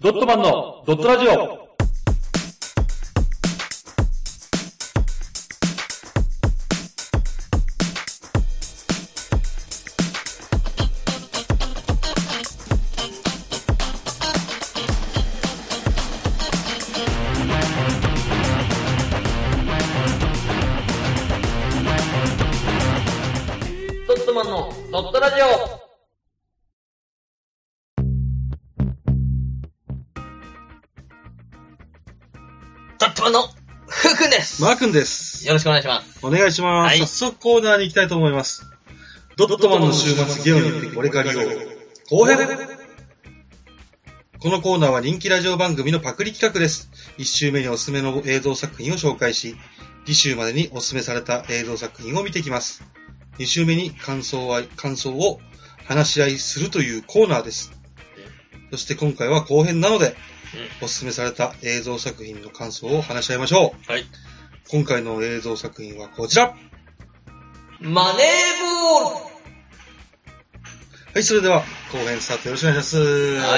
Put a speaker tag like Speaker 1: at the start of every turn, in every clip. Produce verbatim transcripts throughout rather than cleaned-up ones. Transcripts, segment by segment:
Speaker 1: ドットマンのドットラジオ。
Speaker 2: ドットマンのドットラジオ。ドットマンのふうくんです。
Speaker 3: マーくんです。
Speaker 2: よろしくお願いします。
Speaker 3: お願いします。
Speaker 2: はい、
Speaker 3: 早速コーナーに行きたいと思います。ドットマンの週末ゲオに行ってこれから利用後編。このコーナーは人気ラジオ番組のパクリ企画です。いち週目におすすめの映像作品を紹介し、次週までにおすすめされた映像作品を見ていきます。に週目に感想は感想を話し合いするというコーナーです。そして今回は後編なので、おすすめされた映像作品の感想を話し合いましょう。
Speaker 2: はい。
Speaker 3: 今回の映像作品はこちら。
Speaker 2: マネーボール。
Speaker 3: はい、それでは後編スタートよろしくお願いします。
Speaker 2: はい、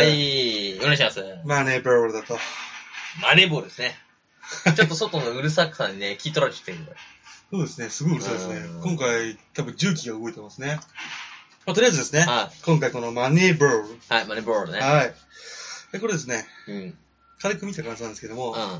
Speaker 2: お願いします。
Speaker 3: マネーボールだと。
Speaker 2: マネーボールですね。ちょっと外のうるさくさにね、聞い取られてるんだよ。
Speaker 3: そうですね、すごいうるさいですね。今回多分重機が動いてますね。まあ、とりあえずですね、はい、今回このマネーボール。
Speaker 2: はい、マネーボールね。
Speaker 3: はい。でこれですね、
Speaker 2: うん、
Speaker 3: 軽く見た感じなんですけども、
Speaker 2: うん、
Speaker 3: ま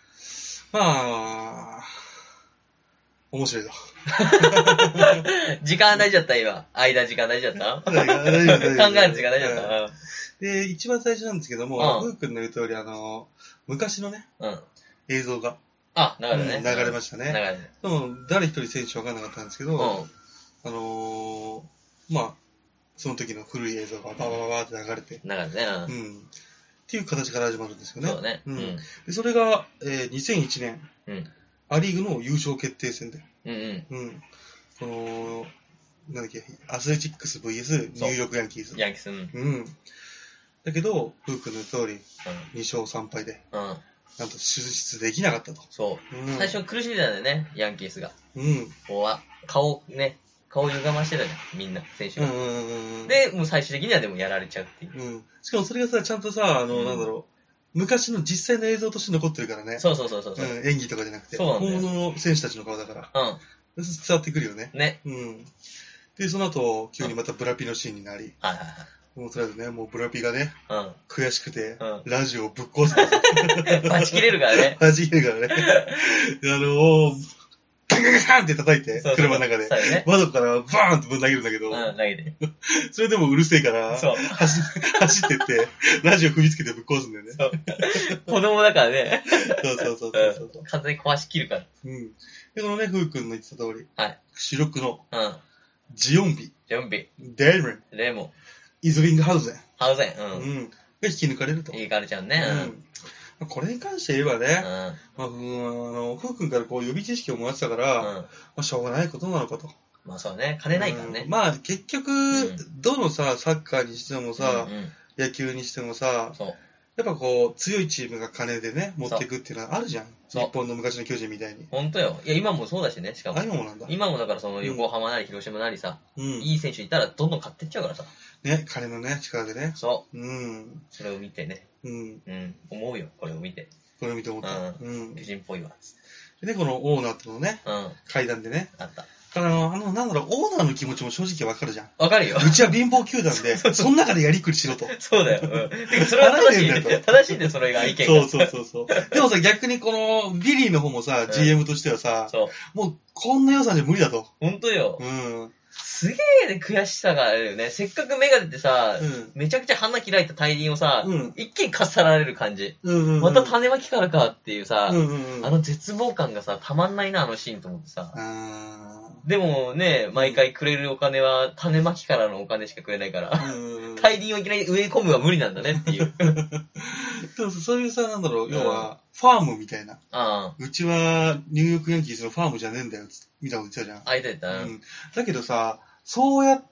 Speaker 3: あ、面白いと。
Speaker 2: 時間大事だった今。間時間大事だった考える時間大事だった、うん、
Speaker 3: で、一番最初なんですけども、ふうくんの言う通り、あの、昔のね、
Speaker 2: うん、
Speaker 3: 映像が、
Speaker 2: あ、流れね、
Speaker 3: うん、流れましたね。
Speaker 2: 流れね。
Speaker 3: でも、誰一人選手分からなかったんですけど、うん、あのー、まあ、その時の古い映像がババババって流れて、
Speaker 2: 流れね、
Speaker 3: うん。っていう形から始まるんですよね。
Speaker 2: そうね。
Speaker 3: うん。でそれが、えー、にせんいちねん、
Speaker 2: うん、
Speaker 3: アリーグの優勝決定戦で、
Speaker 2: うんうん。
Speaker 3: うん。この、なんだっけ、アスレチックス ブイエス ニューヨークヤンキーズ。
Speaker 2: ヤンキース、うん。
Speaker 3: うん。だけど、フー君の通り、うん、に勝さん敗で、
Speaker 2: うん。
Speaker 3: なんと出場できなかったと。
Speaker 2: そう。うん、最初苦しんでたんだよね、ヤンキースが。
Speaker 3: うん。
Speaker 2: こうは、顔ね、顔歪ましてたじゃん、みんな、選手が。
Speaker 3: うんうんうん、
Speaker 2: で、もう最終的にはでもやられちゃうっていう。
Speaker 3: うん。しかもそれがさ、ちゃんとさ、あの、うん、なんだろう、昔の実際の映像として残ってるからね。
Speaker 2: そうそうそうそう。うん、
Speaker 3: 演技とかじゃなくて。
Speaker 2: そうなんだよ。
Speaker 3: 本物の選手たちの顔だから。うん。伝わってくるよね。
Speaker 2: ね。
Speaker 3: うん。で、その後、急にまたブラピのシーンになり。
Speaker 2: はいはいはい。
Speaker 3: もうとりあえずね、もうブラピがね、
Speaker 2: うん、
Speaker 3: 悔しくて、
Speaker 2: うん、
Speaker 3: ラジオをぶっ壊すん
Speaker 2: バチ切れるからね。
Speaker 3: バチ切れるからね。あの、ガンガンガンガンって叩いて、そうそう車の中で、ね。窓からバーンってぶん投げるんだけど、
Speaker 2: うん、投げて。
Speaker 3: それでもうるせえから、そう走, 走ってって、ラジオ踏みつけてぶっ壊すんだよね。
Speaker 2: そう子供だからね。
Speaker 3: そうそうそうそうそう。
Speaker 2: 完全に壊し切るから。
Speaker 3: うん。で、このね、ふうくんの言ってた通り、
Speaker 2: はい。
Speaker 3: 主力の、
Speaker 2: うん。
Speaker 3: ジオンビ。
Speaker 2: ジオンビ。
Speaker 3: デーレン。
Speaker 2: レモン。
Speaker 3: イズリングハウゼン。
Speaker 2: ハウゼン。うん。
Speaker 3: うん。が引き抜かれると。
Speaker 2: 引かれちゃうね。
Speaker 3: うん。これに関して言えばね、うん。まあ、あの、ふうくんからこう予備知識をもらってたから、うん。まあ、しょうがないことなのかと。
Speaker 2: まあそうね、金ないからね。
Speaker 3: うん、まあ結局、うん、どのさ、サッカーにしてもさ、うんうん、野球にしてもさ、そう。やっぱこう、強いチームが金でね、持っていくっていうのはあるじゃん。日本の昔の巨人みたいに。
Speaker 2: ほんとよ。いや、今もそうだしね、しかも。
Speaker 3: あ、今もなんだ。
Speaker 2: 今もだからその横浜なり広島なりさ、うん、いい選手いたらどんどん買ってっちゃうからさ。
Speaker 3: ね、金のね、力でね。
Speaker 2: そう。
Speaker 3: うん。
Speaker 2: それを見てね。
Speaker 3: うん。
Speaker 2: うん。思うよ、これを見て。
Speaker 3: これを見て思った。
Speaker 2: うん。巨人っぽいわ。
Speaker 3: でね、このオーナーとのね、うん、会談でね。
Speaker 2: あった。
Speaker 3: あの、あの、なんだろう、オーナーの気持ちも正直わかるじゃん。
Speaker 2: わかるよ。
Speaker 3: うちは貧乏球団で、その中でやりくりしろと。
Speaker 2: そうだよ。うん。それは正しいんだよ。正しいんだよ、それが意見が。
Speaker 3: そうそうそうそう。でもさ、逆にこの、ビリーの方もさ、うん、ジーエム としてはさ、そう。もう、こんな予算じゃ無理だと。
Speaker 2: ほんとよ。
Speaker 3: うん。
Speaker 2: すげえね、悔しさがあるよね。せっかく芽が出てさ、うん、めちゃくちゃ花開いた大輪をさ、うん、一気にかっさられる感じ。うんうんうん、また種まきからかっていうさ、うんうんうん、あの絶望感がさ、たまんないな、あのシーンと思ってさ。でもね、毎回くれるお金は種まきからのお金しかくれないから、うん、大輪をいきなり植え込むは無理なんだねっていう。
Speaker 3: そうそういうさ、なんだろう、要は、ファームみたいな。あうちはニューヨークヤンキースのファームじゃねえんだよ、みたいなこと言ってたじゃん。
Speaker 2: あ、言ってた。
Speaker 3: うん。だけどさ、そうやって、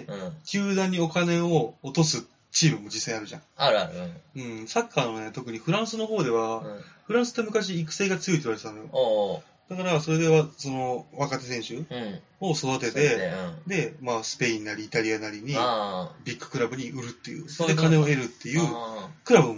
Speaker 3: 球団にお金を落とすチームも実際あるじゃん。
Speaker 2: あるある。
Speaker 3: うん。サッカーのね、特にフランスの方では、うん、フランスって昔育成が強いって言われてたのよ。おうだから、それでは、その、若手選手を育てて、うんうん、で、まあ、スペインなりイタリアなりに、ビッグクラブに売るっていう、それで金を得るっていう、クラブも、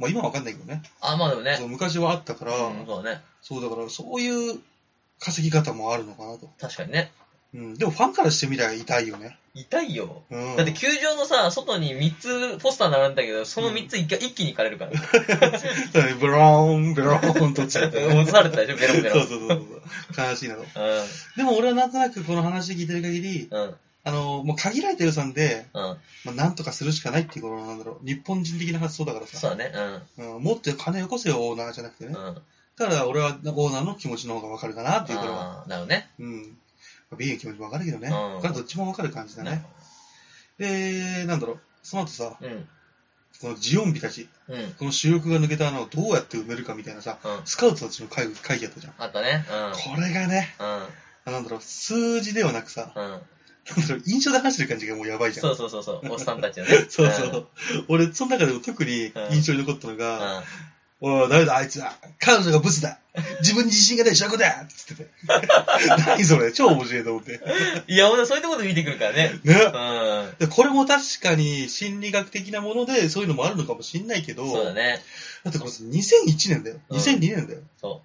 Speaker 3: まあ今はわかんないけどね。
Speaker 2: あ、まあでもね。
Speaker 3: そう昔はあったから、
Speaker 2: うん、そうだね。
Speaker 3: そうだから、そういう稼ぎ方もあるのかなと。
Speaker 2: 確かにね。
Speaker 3: うん。でもファンからしてみりゃ痛いよね。
Speaker 2: 痛いよ。
Speaker 3: うん。
Speaker 2: だって球場のさ、外にみっつポスター並んだけど、そのみっつ一,、うん、一気に行かれるから。
Speaker 3: ブローン、ブローンと落ちちゃって。
Speaker 2: 落とされてたでしょ、ベロンベロン。
Speaker 3: そうそうそうそう。悲しいなと。うん。でも俺はなんとなくこの話聞いてる限り、うん。あの、もう限られた予算で、うん。まあなんとかするしかないっていうことなんだろう。日本人的な発想だからさ。
Speaker 2: そうだね。うん。
Speaker 3: うん。もっと金よこせよ、オーナーじゃなくてね。うん。だから俺はオーナーの気持ちの方がわかるかなっていうから。
Speaker 2: ああ、なるほどね。
Speaker 3: うん。ビーの気持ちもわかるけどね。うん。これどっちもわかる感じだね。で、なんだろう、その後さ、うん、このジオンビたち、うん、この主力が抜けた穴をどうやって埋めるかみたいなさ、うん、スカウトたちの会議、会議やったじゃん。
Speaker 2: あったね。
Speaker 3: うん、これがね、うん、なんだろう、数字ではなくさ、うん、なんだろう、印象で話してる感じがもうやばいじゃん。
Speaker 2: そうそうそうそう、おっさんたちのね。
Speaker 3: そうそう。うん、俺、その中でも特に印象に残ったのが、うんおい、誰だあいつは。彼女がブスだ。自分に自信がない証拠だつってて。何それ超面白いと思って。
Speaker 2: いや、俺そういうところで見てくるからね。
Speaker 3: ね。うん。これも確かに心理学的なものでそういうのもあるのかもしんないけど。
Speaker 2: そうだね。
Speaker 3: だってこれにせんいちねんだよ。にせんにねんだよ。そう。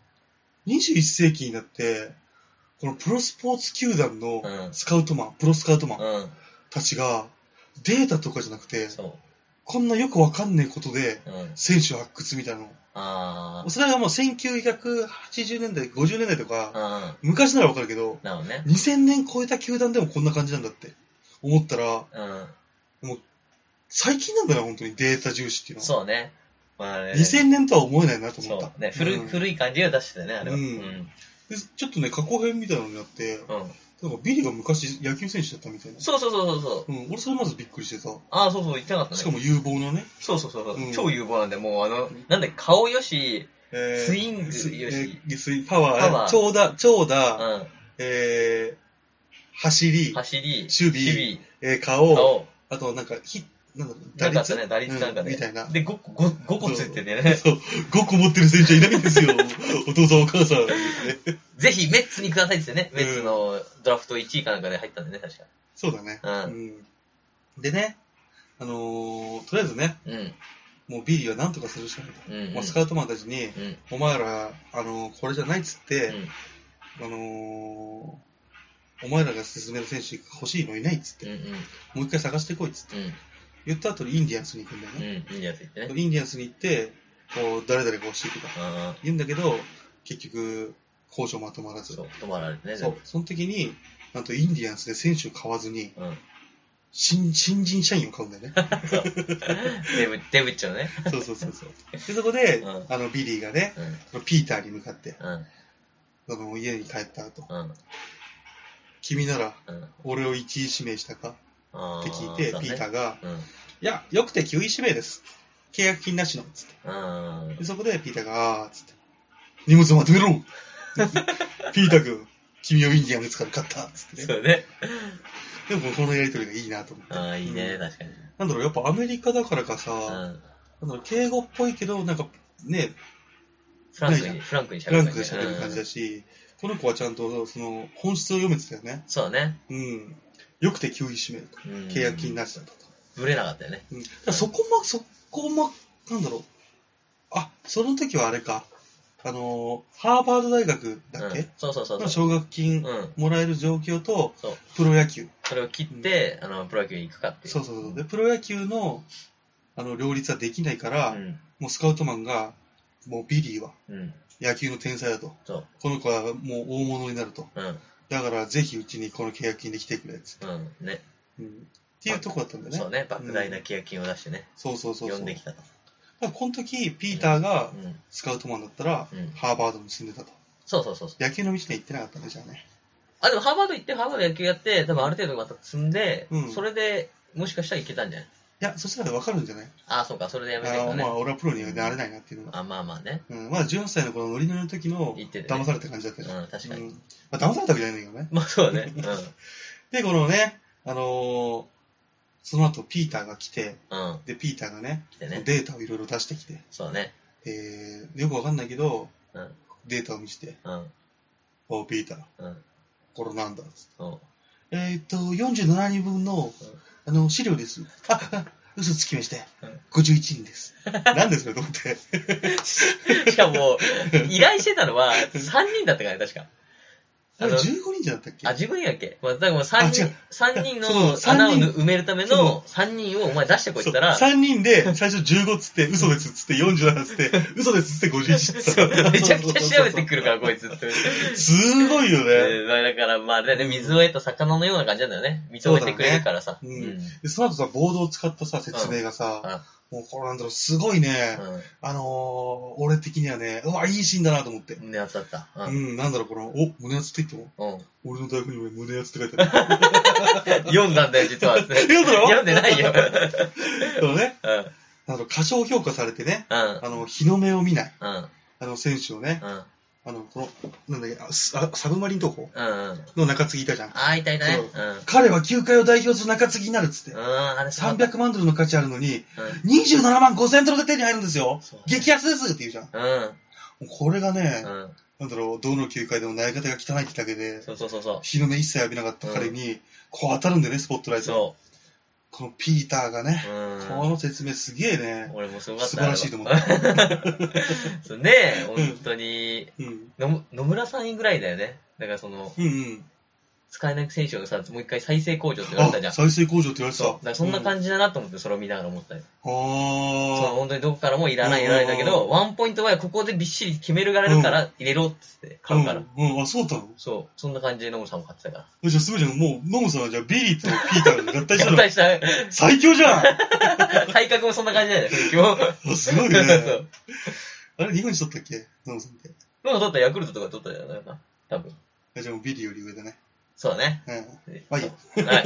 Speaker 3: にじゅういっ世紀になって、このプロスポーツ球団のスカウトマン、うん、プロスカウトマンたちがデータとかじゃなくて、そうこんなよくわかんねえことで選手発掘みたいなの。あそれがもうせんきゅうひゃくはちじゅうねんだい、ごじゅうねんだいとか、昔ならわかるけど、なるほどね、にせんねん超えた球団でもこんな感じなんだって思ったら、うん、もう最近なんだな、本当にデータ重視っていうのは。
Speaker 2: そうね。まあね
Speaker 3: にせんねんとは思えないなと思った。
Speaker 2: そうね、古い、うん、古い感じを出してたね、あれは、うんうん。
Speaker 3: で。ちょっとね、過去編みたいなのになって、うんなんかビリが昔野球選手だったみたいな。
Speaker 2: そうそうそうそう。
Speaker 3: うん、俺それまずびっくりしてた。
Speaker 2: ああ、そうそう、言ってなかったね。
Speaker 3: しかも有望なね。
Speaker 2: そうそうそう、うん、超有望なんで、もうあの、なんで顔よし、えー、スイングよし、え
Speaker 3: ー、スイパワー、パワー長打、長打、うん、えー、走り、
Speaker 2: 走り、
Speaker 3: 守備、守備えー、顔、顔、あとなんか、ひ、なんだろう、
Speaker 2: 打率ね、打率なんかね、
Speaker 3: うん、みたいな。
Speaker 2: で、ごこ、ご、ごこついててね。
Speaker 3: そう、ごこ持ってる選手はいないんですよ。お父さんお母さん、
Speaker 2: ね。ぜひ、メッツにくださいってね。メッツのドラフトいちいかなんかで入ったんでね、確か。
Speaker 3: そうだね。うん。うん、でね、あのー、とりあえずね、うん、もうビリーは何とかするしかないと。うんうん、まあ、スカウトマンたちに、うん、お前ら、あのー、これじゃないっつって、うん、あのー、お前らが進める選手欲しいのいないっつって、うんうん、もう一回探してこいっつって、うん、言った後にインディアンスに行くんだよね。
Speaker 2: うん、インディアンス行ってね。
Speaker 3: インディアンスに行って、こう、誰々が欲しいとか言うんだけど、結局、交渉まとまらず。
Speaker 2: そう、止まられてね。
Speaker 3: そう、その時に、なんとインディアンスで選手を買わずに、うん新、新人社員を買うんだよね。
Speaker 2: デブ、デブッチョね。
Speaker 3: そうそうそうそう。で、そこで、うん、あの、ビリーがね、うん、ピーターに向かって、うん、その家に帰った後、うん、君なら、俺を一位指名したか、うん、って聞いて、ね、ピーターが、うん、いや、よくてきゅうい指名です。契約金なしの、つって。うん、でそこで、ピーターが、あー、つって、荷物をまとめろピーター君、君をインディアンスから買った、つってね。
Speaker 2: そうね。
Speaker 3: でもこのやりとりがいいなと思って。
Speaker 2: ああ、いいね、うん、確かに。
Speaker 3: なんだろう、やっぱアメリカだからかさ、うん、なんだろう、敬語っぽいけど、なんか、ね、
Speaker 2: フランクに、フランクに
Speaker 3: 喋る、ね。フランクで喋る感じだし、うん、この子はちゃんと、その、本質を読めてたよね。
Speaker 2: そうだね。
Speaker 3: うん。よくてきゅうい指名と。契約金なしだと。
Speaker 2: ぶれなかったよね。
Speaker 3: うん。だそこも、そこも、なんだろう。あ、その時はあれか。あのー、ハーバード大学だっけ、うん、
Speaker 2: そうそうそうそう。
Speaker 3: 奨学金もらえる状況と、うん、プロ野球。
Speaker 2: それを切って、うん、あの、プロ野球に行くかっていう。
Speaker 3: そうそうそう。で、プロ野球の、あの、両立はできないから、うん、もうスカウトマンが、もうビリーは、野球の天才だと。うん、この子はもう大物になると。うん、だから、ぜひうちにこの契約金で来てくれ、つって。うん、ね。うん。っていうとこだったんだよね。
Speaker 2: そうね。莫大な契約金を出してね。
Speaker 3: そうそうそうそう。
Speaker 2: 呼んできたと。
Speaker 3: だからこの時、ピーターがスカウトマンだったら、うん、ハーバードに住んでたと。
Speaker 2: そうそうそう。
Speaker 3: 野球の道には行ってなかったね、じゃあね。
Speaker 2: あ、でもハーバード行って、ハーバード野球やって、多分ある程度また積んで、うん、それで、もしかしたらいけたんじゃない？い
Speaker 3: や、そしたら分かるんじゃない？
Speaker 2: ああ、そうか、それでやめてるからね。
Speaker 3: あまあ、俺はプロにはなれないなっていうのが。
Speaker 2: あ、まあまあね。
Speaker 3: うん、まだじゅうはっさいのこのノリノリの時の、騙された感じだったじゃん。
Speaker 2: うん、確かに。うん、
Speaker 3: まあ、騙されたわけじゃないんだけどね。
Speaker 2: まあ、そうだね。うん。
Speaker 3: で、このね、あのー、その後、ピーターが来て、うん、で、ピーターがね、ねデータをいろいろ出してきて、
Speaker 2: そうね。
Speaker 3: えー、よくわかんないけど、うん、データを見せて、うん、おピーター、うん、これなんだ、つって。うん、えー、っと、よんじゅうななにんぶんの、うん、あの、資料です。あ、 嘘つきまして、ごじゅういちにんです。なんですかと思って。
Speaker 2: しかも、依頼してたのはさんにんだったからね、確か。
Speaker 3: あれじゅうごにんじゃなかったっけ？
Speaker 2: あ、じゅうごにんだっけ？まあ、だからもうさんにん、さんにんの穴を埋めるためのさんにんをお前出してこいって言ったら。
Speaker 3: さんにんで最初じゅうごっつって、嘘ですっつってよんじゅうななっつって、嘘ですっつってごじゅういちっつって。
Speaker 2: めちゃくちゃ調べてくるから、こいつって。
Speaker 3: すごいよね。
Speaker 2: だからまあ、ね、水を得た魚のような感じなんだよね。認めてくれるからさ。
Speaker 3: うん。で、その後さ、ボードを使ったさ、説明がさ、もうこれなんだろう、すごいね、うん、あのー、俺的にはね、うわ、いいシーンだなと思って。
Speaker 2: 胸圧だった。
Speaker 3: うん、うん、なんだろう、この、お、胸圧って言っても、うん、俺の台本にも胸圧って書いてあ
Speaker 2: る。読んだんだよ、実は。
Speaker 3: 読んだろ？
Speaker 2: 読んでないよ。
Speaker 3: そうね。うん。あの、過小評価されてね、うん、あの、日の目を見ない、うん、あの、選手をね、うんあの、この、なんだっけ、あサブマリン投法の中継ぎいたじゃん。
Speaker 2: ああ、いたいたね。
Speaker 3: 彼は球界を代表する中継ぎになるっつって。さんびゃくまんドルの価値あるのに、にじゅうななまんごせんドルで手に入るんですよ。激安ですって言うじゃん。これがね、なんだろう、どの球界でも投げ方が汚いってだけで、日の目一切浴びなかった彼に、こう当たるんだよね、スポットライト。このピーターがね、この説明すげえね。
Speaker 2: 俺もすごかった。
Speaker 3: 素晴らしいと思った。
Speaker 2: そうね、本当に、うん、の野村さんぐらいだよね。だからその、うんうん、使えない選手をさ、もう一回再生工場って言われたじゃん。
Speaker 3: 再生工場って言われてた。
Speaker 2: そう。だからそんな感じだなと思って、それを見ながら思ったよ。ああ。そう、本当にどこからもいらない、いらないんだけど、ワンポイントはここでびっしり決めるがれるから入れろって言って買うから。
Speaker 3: うん、うん、あ、そうだの？
Speaker 2: そう。そんな感じでノムさんも買ってたから。
Speaker 3: じゃあすごいじゃん。もう、ノムさんはじゃあビリーとピーターが合体したの。
Speaker 2: 合体した。
Speaker 3: 最強じゃん
Speaker 2: 体格もそんな感じだよね、今日。
Speaker 3: すごいね。そう。あれ、日本一取ったっけノムさんって。
Speaker 2: ノム取ったヤクルトとか取ったじゃないかな。多分。
Speaker 3: じゃあもうビリーより上だね。
Speaker 2: そうだね。
Speaker 3: うん。まあいいよ。はい。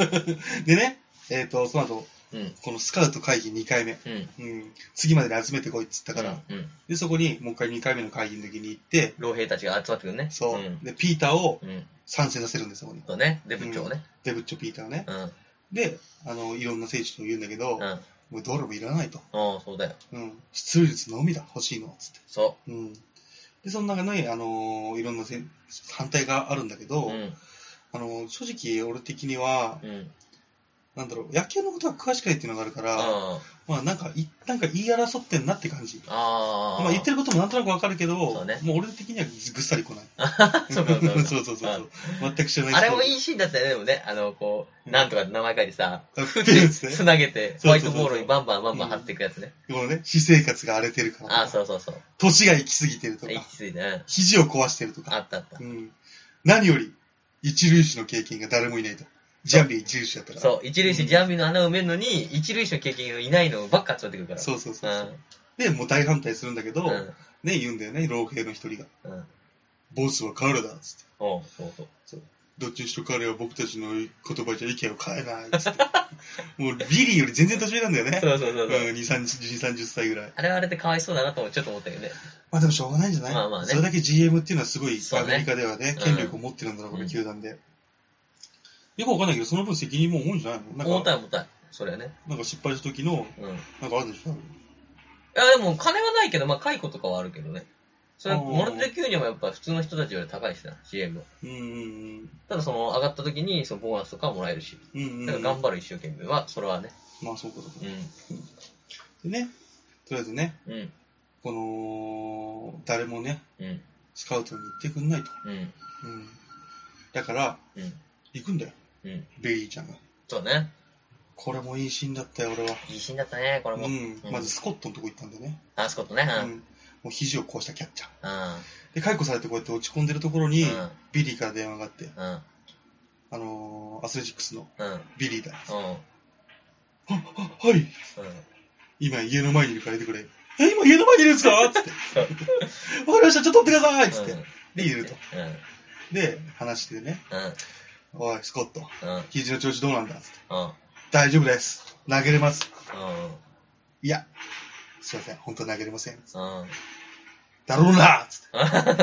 Speaker 3: でね、えっと、その後、うん、このスカウト会議にかいめ、うんうん、次までに集めてこいっつったから、うんうん、で、そこにもう一回にかいめの会議の時に行って、
Speaker 2: 老兵たちが集まってくるね。
Speaker 3: そう。うん、で、ピーターを参戦させるんですよ、そこに。
Speaker 2: そうね、デブッチョをね、うん。
Speaker 3: デブッチョピーターをね。うん、で、あの、いろんな選手と言うんだけど、うん、もうどれもいらないと。
Speaker 2: ああ、そうだよ。
Speaker 3: うん。出塁率のみだ、欲しいの、つって。
Speaker 2: そ
Speaker 3: う。うん。で、その中に、あのー、いろんな反対があるんだけど、うんあの、正直、俺的には、うん、なんだろう、野球のことが詳しくないっていうのがあるから、あまあなんか、い、なんか言い争ってんなって感じ。あまあ言ってることもなんとなくわかるけど、ね、もう俺的にはぐっさり来ない。そうそうそうそうそうそう。全く知らない人。
Speaker 2: あれもいいシーンだったよね、でもね。あの、こう、なんとか名前書いてさ、つなげて、ホワイトボールにバンバンバンバン貼っていくやつね。
Speaker 3: このね、私生活が荒れてるから。
Speaker 2: あそうそうそう。
Speaker 3: 年が行き過ぎてるとか。
Speaker 2: 行き過ぎてね。
Speaker 3: 肘を壊してるとか。
Speaker 2: あったあった。うん。
Speaker 3: 何より、一塁手の経験が誰もいないと。ジャンビ一塁手だったから。
Speaker 2: そう、一塁手、ジャンビの穴を埋めるのに、一塁手の経験がいないのばっか集まってくるから。
Speaker 3: そうそうそうそう、うん。で、もう大反対するんだけど、うん、ね、言うんだよね、老兵の一人が。うん、ボスは彼だ、つって。
Speaker 2: おうそうそうそう。
Speaker 3: どっちにしろ彼は僕たちの言葉じゃ意見を変えない、つって。もうビリーより全然年上なんだよね。
Speaker 2: そうそうそうそう。
Speaker 3: うん、に、さんじゅう、さんじゅっさいぐらい。
Speaker 2: あれはあれでかわいそうだなともちょっと思ったけどね。
Speaker 3: まあでもしょうがないんじゃない？まあまあね。それだけ ジーエム っていうのはすごい、アメリカではね、権力を持ってるんだろう、この球団で。よくわかんないけど、その分責任も重いんじゃないの？なんか
Speaker 2: 重たい重たい。それはね。
Speaker 3: なんか失敗した時の、うん、なんかあるでしょ？い
Speaker 2: や、でも金はないけど、まあ解雇とかはあるけどね。それ、モルテ給料もやっぱ普通の人たちより高いしな、ジーエム は。うんうんうん。ただその、上がった時に、そのボーナスとかもらえるし。うんうんうん。だから頑張る一生懸命は、それはね。
Speaker 3: まあそうかそうか。うん。でね、とりあえずね、うん。この、誰もね、うん。スカウトに行ってくんないと。うん。うん。だから、うん。行くんだよ。うん。ベリーちゃんが。
Speaker 2: そうね。
Speaker 3: これもいいシーンだったよ、俺は。
Speaker 2: いいシーンだったね、これも。
Speaker 3: うん。まずスコットのとこ行ったんだね。
Speaker 2: あ、スコットね。うん。
Speaker 3: もう肘を壊したキャッチャー。うん。で、解雇されてこうやって落ち込んでるところに、うん、ビリーから電話があって、うん。あのー、アスレチックスの、うん。ビリーだ。うん。は、は、はい。うん。今家の前にいるから出てくれ。え、今家の前にいるんですかつって。わかりました、ちょっと待ってくださいつって。うん、で、いると。うん。で、話してね。うん。おい、スコット。うん。肘の調子どうなんだつって。うん。大丈夫です。投げれます。うん。いや、すいません、本当投げれません。うん。だろうなつって。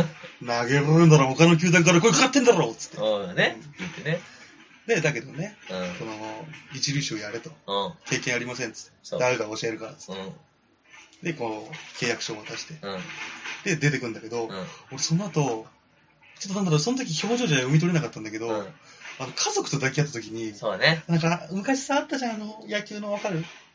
Speaker 3: 投げられるんだろ、他の球団から声かかってんだろつって。
Speaker 2: そうだね。言ってね。
Speaker 3: で、だけどね、うん、この、一塁手をやれと。うん。経験ありませんつって。誰が教えるからつって。うん。で、こう、契約書を渡して。うん。で、出てくんだけど、うん、俺その後、ちょっとなんだろう、その時表情じゃ読み取れなかったんだけど、うんあの、家族と抱き合った時に、
Speaker 2: そうね。
Speaker 3: なんか、昔さ、あったじゃん、あの、野球のわかる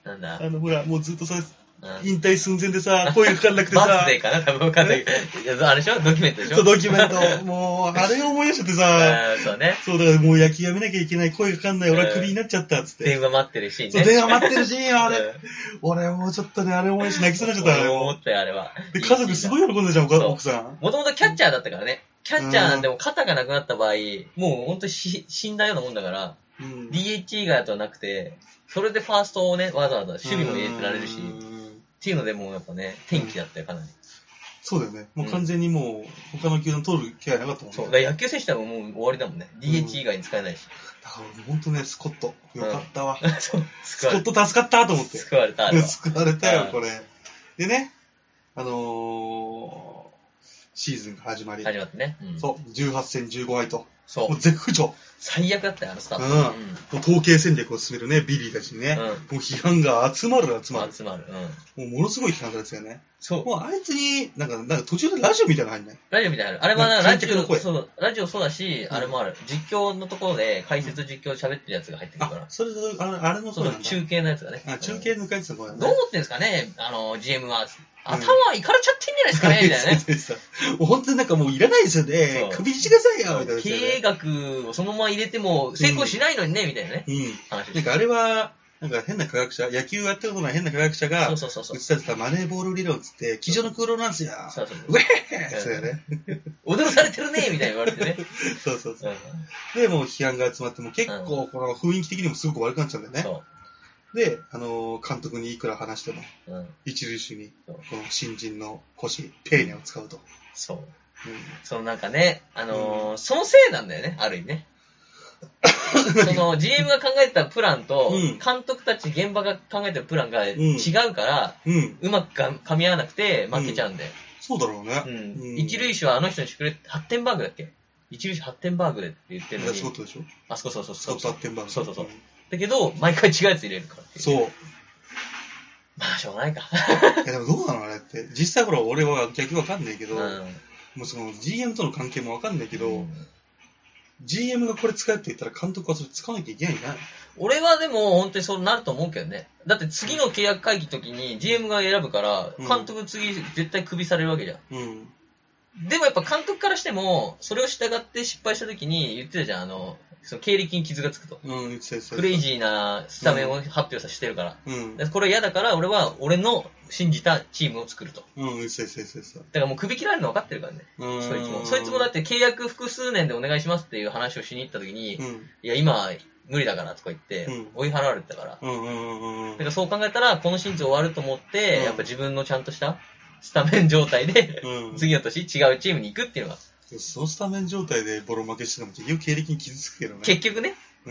Speaker 2: なんだ。
Speaker 3: あの、ほら、もうずっとさ、引退寸前でさ、声がかかんなくてさ。
Speaker 2: バースデーかな多分わかんないけど。あれでしょドキュメントでしょ
Speaker 3: そう、ドキュメント。もう、あれを思い出しちゃってさ。
Speaker 2: そうね。
Speaker 3: そう、だからもう野球やめなきゃいけない、声がかかんない、俺はクビになっちゃった、つって。
Speaker 2: 電話待ってるシーンね。
Speaker 3: そう、電話待ってるシーンよ、あれ。俺もうちょっとね、あれ思い出して泣きそうになっちゃった
Speaker 2: 俺も思ったよ、あれは。
Speaker 3: で、家族すごい喜んだじゃん、奥さん。
Speaker 2: もともとキャッチャーだったからね。キャッチャーなんでも肩がなくなった場合、もう本当に死んだようなもんだから、ディーエイチ 以外だとはなくて、それでファーストをね、わざわざ守備も入れてられるし、っていうのでもうやっぱね、天気だったよ、かなり。
Speaker 3: そうだよね。もう完全にもう、他の球団取る気配なかったもんね。
Speaker 2: そう。だから野球選手はもう終わりだもんね。ディーエイチ 以外に使えないし。
Speaker 3: だからほんとね、スコット。よかったわ。
Speaker 2: そう。
Speaker 3: スコット助かったと思って。
Speaker 2: 救われた。
Speaker 3: 救われたよ、これ。でね、あのー、シーズンが始まり。
Speaker 2: 始まってね。
Speaker 3: そう。じゅうはち戦じゅうご敗と。
Speaker 2: そう。
Speaker 3: もう絶不調。
Speaker 2: 最悪だったよ、あのスタート。
Speaker 3: うん。もう統計戦略を進めるね、ビリーたちにね。うん。もう批判が集まる集まる。
Speaker 2: 集まる。
Speaker 3: うん。もうものすごい批判されてたよね。
Speaker 2: そう。
Speaker 3: もうあいつに、なんか、なんか途中でラジオみたいなの入んない
Speaker 2: ラジオみたいなのあれはラジオ、そう、ラジオそうだし、あれもある。実況のところで解説実況喋ってるやつが入ってくるから。
Speaker 3: あ、それ、あれ、あれの
Speaker 2: そう中継のやつがね。
Speaker 3: あ、中継のやつの声
Speaker 2: どう思ってんですかね、あの、ジーエム は。頭いかれちゃってんじゃないですかねみたいなね。
Speaker 3: もう本当になんかもういらないですよね。首にしてくださいよみたいな。
Speaker 2: 経営学をそのまま入れても成功しないのにね、みたいなね。
Speaker 3: うん。なんかあれは、なんか変な科学者、野球やってることない変な科学者が、打ち立てたマネーボール理論つって、机上の空論なんすよ。そうそうそう。ウェーそうだよね。
Speaker 2: 踊らされてるねみたいな言われてね。
Speaker 3: そうそうそう。で、もう批判が集まって、もう結構この雰囲気的にもすごく悪くなっちゃうんだよね。そう。で、あのー、監督にいくら話しても、うん、一塁手に、この新人の星、ペーニャを使うと。
Speaker 2: そう。うん、そのなんかね、あのーうん、そのせいなんだよね、ある意味ね。その ジーエム が考えたプランと、監督たち現場が考えてるプランが違うから、うん、うまく噛み合わなくて負けちゃうんで。うん、
Speaker 3: そうだろうね。
Speaker 2: うん。一塁手はあの人にしてくれ、ハッテンバーグだっけ一塁手ハッテンバーグでって言ってるのに。
Speaker 3: スコットでしょ
Speaker 2: あ、そうそうそう。
Speaker 3: スコットハッテンバーグ。
Speaker 2: そうそうそう。だけど、毎回違うやつ入れるからっていう。
Speaker 3: そう。
Speaker 2: まあ、しょうがないか。
Speaker 3: いや、でもどうなのあれって。実際ほら、俺は逆わかんないけど、うん、もうその ジーエム との関係もわかんないけど、うん、ジーエム がこれ使えって言ったら監督はそれ使わなきゃいけないんじゃない？俺
Speaker 2: はでも本当にそうなると思うけどね。だって次の契約会議の時に ジーエム が選ぶから、監督次絶対クビされるわけじゃん。うん。でもやっぱ監督からしても、それを従って失敗した時に言ってたじゃん、あの、その経歴に傷がつくと。うん、クレイジーなスタメンを発表させてるから。うん。これ嫌だから俺は俺の信じたチームを作ると。
Speaker 3: うん、そうそうそうそう。
Speaker 2: だからもう首切られるの分かってるからね。うん。そいつも。そいつもだって契約複数年でお願いしますっていう話をしに行った時に、うん、いや今無理だからとか言って、うん、追い払われてたから。うんうんうんうん。だからそう考えたら、このシーズン終わると思って、うん、やっぱ自分のちゃんとしたスタメン状態で、うん、次の年違うチームに行くっていうのが。
Speaker 3: そのスタメン状態でボロ負けしてても結局経歴に傷つくけどね。
Speaker 2: 結局ね。うん。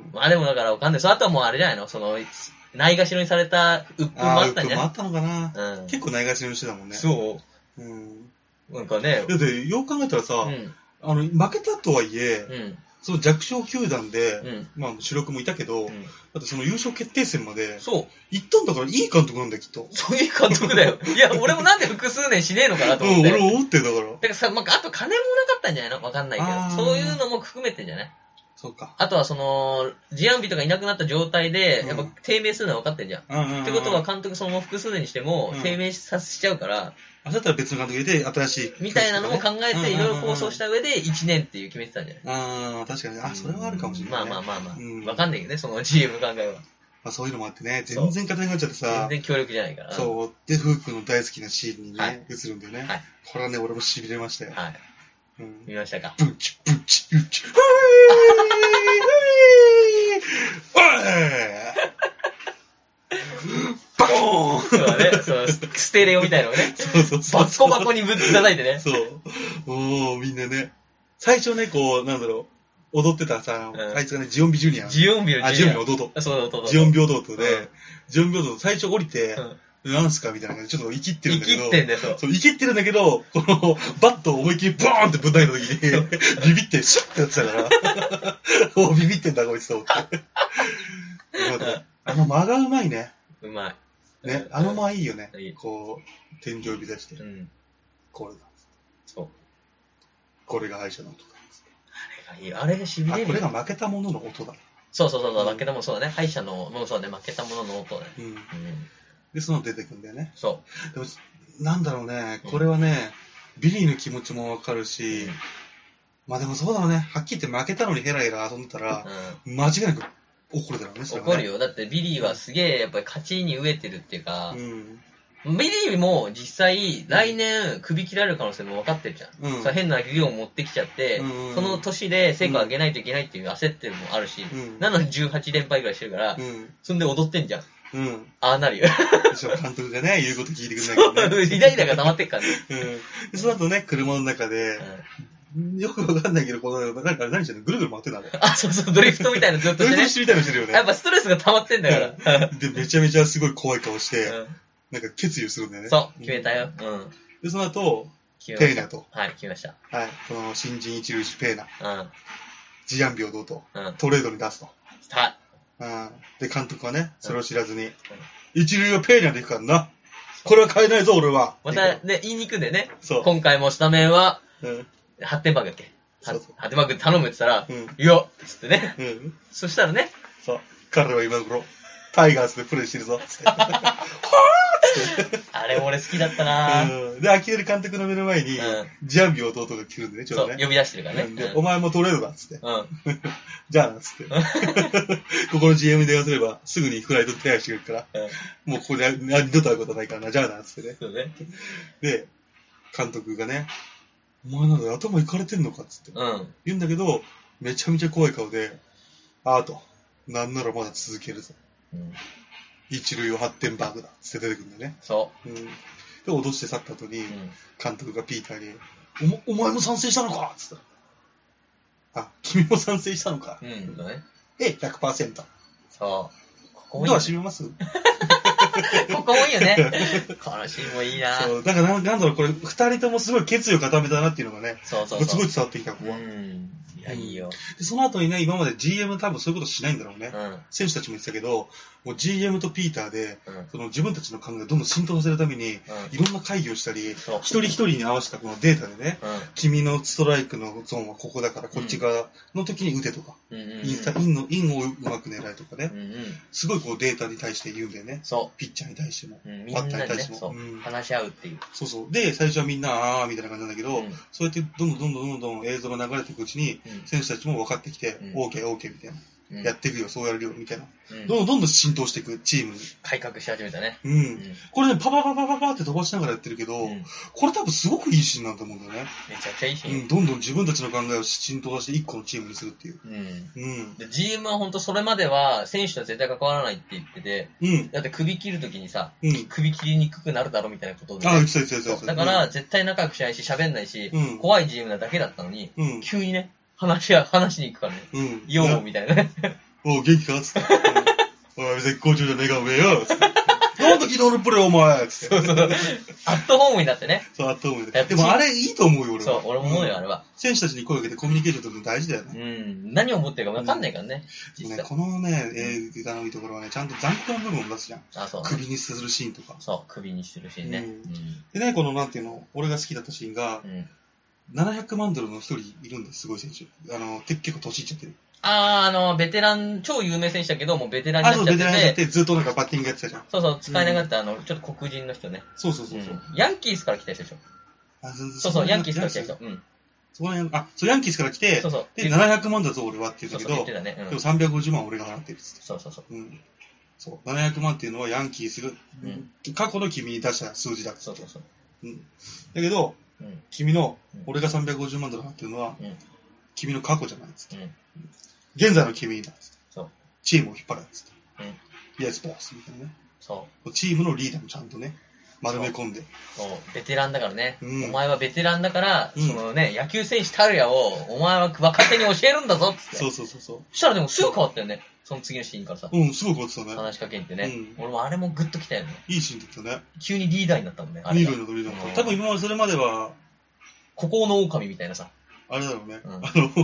Speaker 2: まあでもだからわかんない。その後はもうあれじゃないのその、ないがしろにされた鬱憤もあったんじゃない？
Speaker 3: 鬱憤もあったのかな、うん、結構ないがしろにしてたもんね。
Speaker 2: そう。うん。なんかね。
Speaker 3: だって、よく考えたらさ、うん、あの、負けたとはいえ、うん、その弱小球団で、うん、まあ主力もいたけど、うん、だってその優勝決定戦まで、そう。行ったんだからいい監督なんだよ、きっと。
Speaker 2: そう、いい監督だよ。いや、俺もなんで複数年しねえのかなと思って。
Speaker 3: うん、俺も思ってんだから。だ
Speaker 2: からさ、まあ、あと金もなかったんじゃないのわかんないけど。そういうのも含めてんじゃない？
Speaker 3: そうか。
Speaker 2: あとはその、ジアンビとかいなくなった状態で、やっぱ低迷するのは分かってんじゃん。うんうんうん、ってことは監督その複数年にしても、低迷させちゃうから、
Speaker 3: あ、だったら別の監督入れて、新しい。
Speaker 2: みたいなのも考えて、いろいろ構想した上で、いちねんっていう決めてたんじゃない？
Speaker 3: ああ、確かに。あ、それはあるかもしれない、
Speaker 2: ね。まあまあまあまあ。うん、わかんないけどね、その ジーエム 考えは。
Speaker 3: まあそういうのもあってね、全然勝てなくなっちゃってさ。
Speaker 2: 全然協力じゃないから。
Speaker 3: そう。で、フークの大好きなシーンにね、はい、映るんだよね。はい。これはね、俺も痺れましたよ。はい。
Speaker 2: うん、見ましたか。
Speaker 3: ブンチ、ブンチ、ブンチ、ふーバコーン
Speaker 2: そうだね。そう、ステレオみたいなのね。そうそうそう。バッコバコにぶっ叩いてね。
Speaker 3: そう。もう、みんなね。最初ね、こう、なんだろう。踊ってたさ、うん、あいつがね、ジオンビジュニア。
Speaker 2: ジオンビのジュニア。
Speaker 3: あ、ジオンビの弟。
Speaker 2: そう、弟。
Speaker 3: ジオンビ弟で、うん、ジオンビ弟、最初降りて、うん、なんすかみたいな感じで、ちょっと生きってるんだけど。
Speaker 2: 生きってんだよ、そう。
Speaker 3: そう、生きってるんだけど、この、バットを思いっきりボーンってぶん投げた時に、ビビって、シュッてやってたから、もうビビってんだ、こいつと思って。あの間がうまいね。
Speaker 2: うまい。
Speaker 3: ね、あの間いいよね。いいこう、天井指出して。うん。これだ。そう。これが敗者の音だ。
Speaker 2: あれがいい。あれがしびれる。
Speaker 3: あ、これが負けたものの音だ。
Speaker 2: そうそうそう、うん、負けたものそうだね。敗者の、もうそうだね、負けたものの音ね。うん。うん、
Speaker 3: で、その出てくんだよね。
Speaker 2: そう。
Speaker 3: でも、なんだろうね、これはね、うん、ビリーの気持ちもわかるし、うん、まあでもそうだろうね、はっきり言って負けたのにヘラヘラ遊んでたら、うん、間違いなく怒るだろうね、それはね。
Speaker 2: 怒るよ。だってビリーはすげえ、やっぱり勝ちに飢えてるっていうか、うんビリーも実際、来年首切られる可能性も分かってるじゃん。うん、さ変な理論を持ってきちゃって、うん、その年で成果を上げないといけないっていう焦ってるのもあるし、うん、なのにじゅうはち連敗ぐらいしてるから、うん、そんで踊ってんじゃん。うん、ああなるよ。
Speaker 3: 監督がね、言うこと聞いてくれないけどね。
Speaker 2: イライラが溜まってっからね。
Speaker 3: うん、その後ね、車の中で、うん、よくわかんないけど、この、なんか何してんのぐるぐる回ってんだね。
Speaker 2: あ、そうそう、ドリフトみたいなずっとしてね。
Speaker 3: ドリフトみたいなのしてるよね。
Speaker 2: やっぱストレスが溜まってんだから。
Speaker 3: で、めちゃめちゃすごい怖い顔して、うんなんか決意をするんだよね。
Speaker 2: そう、決めたよ。うん。
Speaker 3: で、その後、ペーナと。
Speaker 2: はい、決めました。
Speaker 3: はい、この新人一塁手ペーナ。うん。ジアン平等と、うん、トレードに出すと。
Speaker 2: はい。
Speaker 3: うん。で、監督はね、それを知らずに、うん、一塁はペーナで行くからな。これは変えないぞ、俺は。
Speaker 2: またね、言いに行くんだよね。そう。今回もスタメンは、うん。ハッテンバーグだっけそうそう。ハッテンバーグ頼むって言ったら、うん。いやつってね。うん。そしたらね。
Speaker 3: そう。彼は今頃、タイガースでプレーしてるぞ。つって。はぁ
Speaker 2: あれ俺好きだったな
Speaker 3: ぁ、うん。で、秋入監督の目の前に、うん、ジャンビ弟が来るんでね、ちょうどね。
Speaker 2: そう、呼び出してるからね。
Speaker 3: で、うん、お前もトレードだっつって。うん、じゃあなっつって。ここの ジーエム に電話すれば、すぐにフライト手配してくるから、うん、もうここで二度と会うことないからな、じゃあなっつってね。そうね。で、監督がね、お前なんだ頭いかれてんのかっつって。うん、言うんだけど、めちゃめちゃ怖い顔で、あーと、なんならまだ続けるぞ。うん一塁をハッテンバーグだって出てくるんだよね。
Speaker 2: そう。
Speaker 3: うん。で、脅して去った後に、うん、監督がピーターに、お、お前も賛成したのかっつった。あ、君も賛成したのか。うん。だね。え、ひゃくパーセント。
Speaker 2: そう。
Speaker 3: ここもいい、ね。ドア閉めます
Speaker 2: ここもいいよね。このシーンもいいな。
Speaker 3: そう。だからな、なんだろう、これ、二人ともすごい決意を固めたなっていうのがね。そうそうそう。すごい伝わってきた、ここは。うん。
Speaker 2: いや、いいよ。
Speaker 3: で、その後にね、今まで ジーエム 多分そういうことしないんだろうね。うん、選手たちも言ってたけど、もう ジーエム とピーターで、うん、その自分たちの考えをどんどん浸透させるために、うん、いろんな会議をしたり、一人一人に合わせたこのデータでね、うん、君のストライクのゾーンはここだから、こっち側の時に打てとか、うん、インスタ、インの、インをうまく狙えとかね、うんうん、すごいこうデータに対して言うんだよね。そう。ピッチャーに対しても、うん、バッターに対しても、
Speaker 2: ねうん。話し合うっていう。
Speaker 3: そうそう。で、最初はみんな、あーみたいな感じなんだけど、うん、そうやってどんどんどんどんどんどん映像が流れていくうちに、うん、選手たちも分かってきて、うん、OK、OK みたいな。うん、やっていくよ、そうやるよ、みたいな、うん。どんどんどんどん浸透していく、チームに。
Speaker 2: 改革し始めたね。
Speaker 3: うん。うん、これね、パパパパパパって飛ばしながらやってるけど、うん、これ多分すごくいいシーンなんだと思うんだよね。
Speaker 2: めちゃくちゃいいシーン。
Speaker 3: うん、どんどん自分たちの考えを浸透させて一個のチームにするっていう。うん。
Speaker 2: うん。で、ジーエム は本当それまでは、選手とは絶対関わらないって言ってて、うん。だって首切るときにさ、うん、首切りにくくなるだろみたいなことで、ね。
Speaker 3: あ、言ってた言ってた言ってた。
Speaker 2: だから、絶対仲良くしないし、喋んないし、うん、怖い ジーエム なだけだったのに、うん、急にね、話し、話しに行くからね。うん。よーみたいなね。
Speaker 3: おう、元気かつって。お前、絶好調じゃねえか、おめえよつって。なんだ昨日のプレーお前つって。そうそう。
Speaker 2: アットホームになってね。
Speaker 3: そう、アットホームで。でもあれいいと思うよ、俺は。
Speaker 2: そう、俺も思うよ、あれは。
Speaker 3: 選手たちに声をかけてコミュニケーション取るの大事だよね。
Speaker 2: うん。何を思ってるか分かんないからね。
Speaker 3: ね、このね、映画のいいところはね、ちゃんと残酷な部分を出すじゃん。あ、そう。首にするシーンとか。
Speaker 2: そう、首にするシーンね。
Speaker 3: でね、このなんていうの、俺が好きだったシーンが、ななひゃくまんドルの一人いるんです、すごい選手。あの、結構年いっちゃってる。
Speaker 2: あー、あの、ベテラン、超有名選手だけど、もうベテランになっちゃってて。あ、そう、ベテランになって、
Speaker 3: ずっとなんかバッティングやってたじゃん。
Speaker 2: そうそう、使えなかった、うん、あの、ちょっと黒人の人ね。
Speaker 3: そうそうそうそう、うん。
Speaker 2: ヤンキースから来た人でしょ。あ、そうそう、ヤンキースから来た人。うん。
Speaker 3: そこら辺、あ、そう、ヤンキースから来て、そうそう。で、ななひゃくまんだぞ、俺はって言うんだけど、そうそうねうん、でもさんびゃくごじゅうまん俺が払ってるっつって。そうそうそう。うん。そう、ななひゃくまんっていうのはヤンキースが、うん、過去の君に出した数字だっつって。そうそうそう。うん。だけど、うん、君の、俺がさんびゃくごじゅうまんドル払ってるのは、うん、君の過去じゃないっつって。うん現在の君だっつって。そう。チームを引っ張るっつって。うん。イエスボスみたいなね。そう。チームのリーダーもちゃんとね、丸め込んで。
Speaker 2: そう。ベテランだからね。うん、お前はベテランだから、うん、そのね、野球選手たるやを、お前は若手に教えるんだぞっつって。
Speaker 3: そうそうそうそう。
Speaker 2: そしたらでもすぐ変わったよね。その次のシーンからさ。
Speaker 3: うん、すぐ変わってたね。
Speaker 2: 話しかけんってね。うん、俺もあれもグッときたよね。
Speaker 3: いいシーンだったね。
Speaker 2: 急にリーダーになったもんね。あれ
Speaker 3: リーダーになった、リーダーになった。多分今までそれまでは、
Speaker 2: 孤高の狼みたいなさ。
Speaker 3: あれだろうね。うん、あの、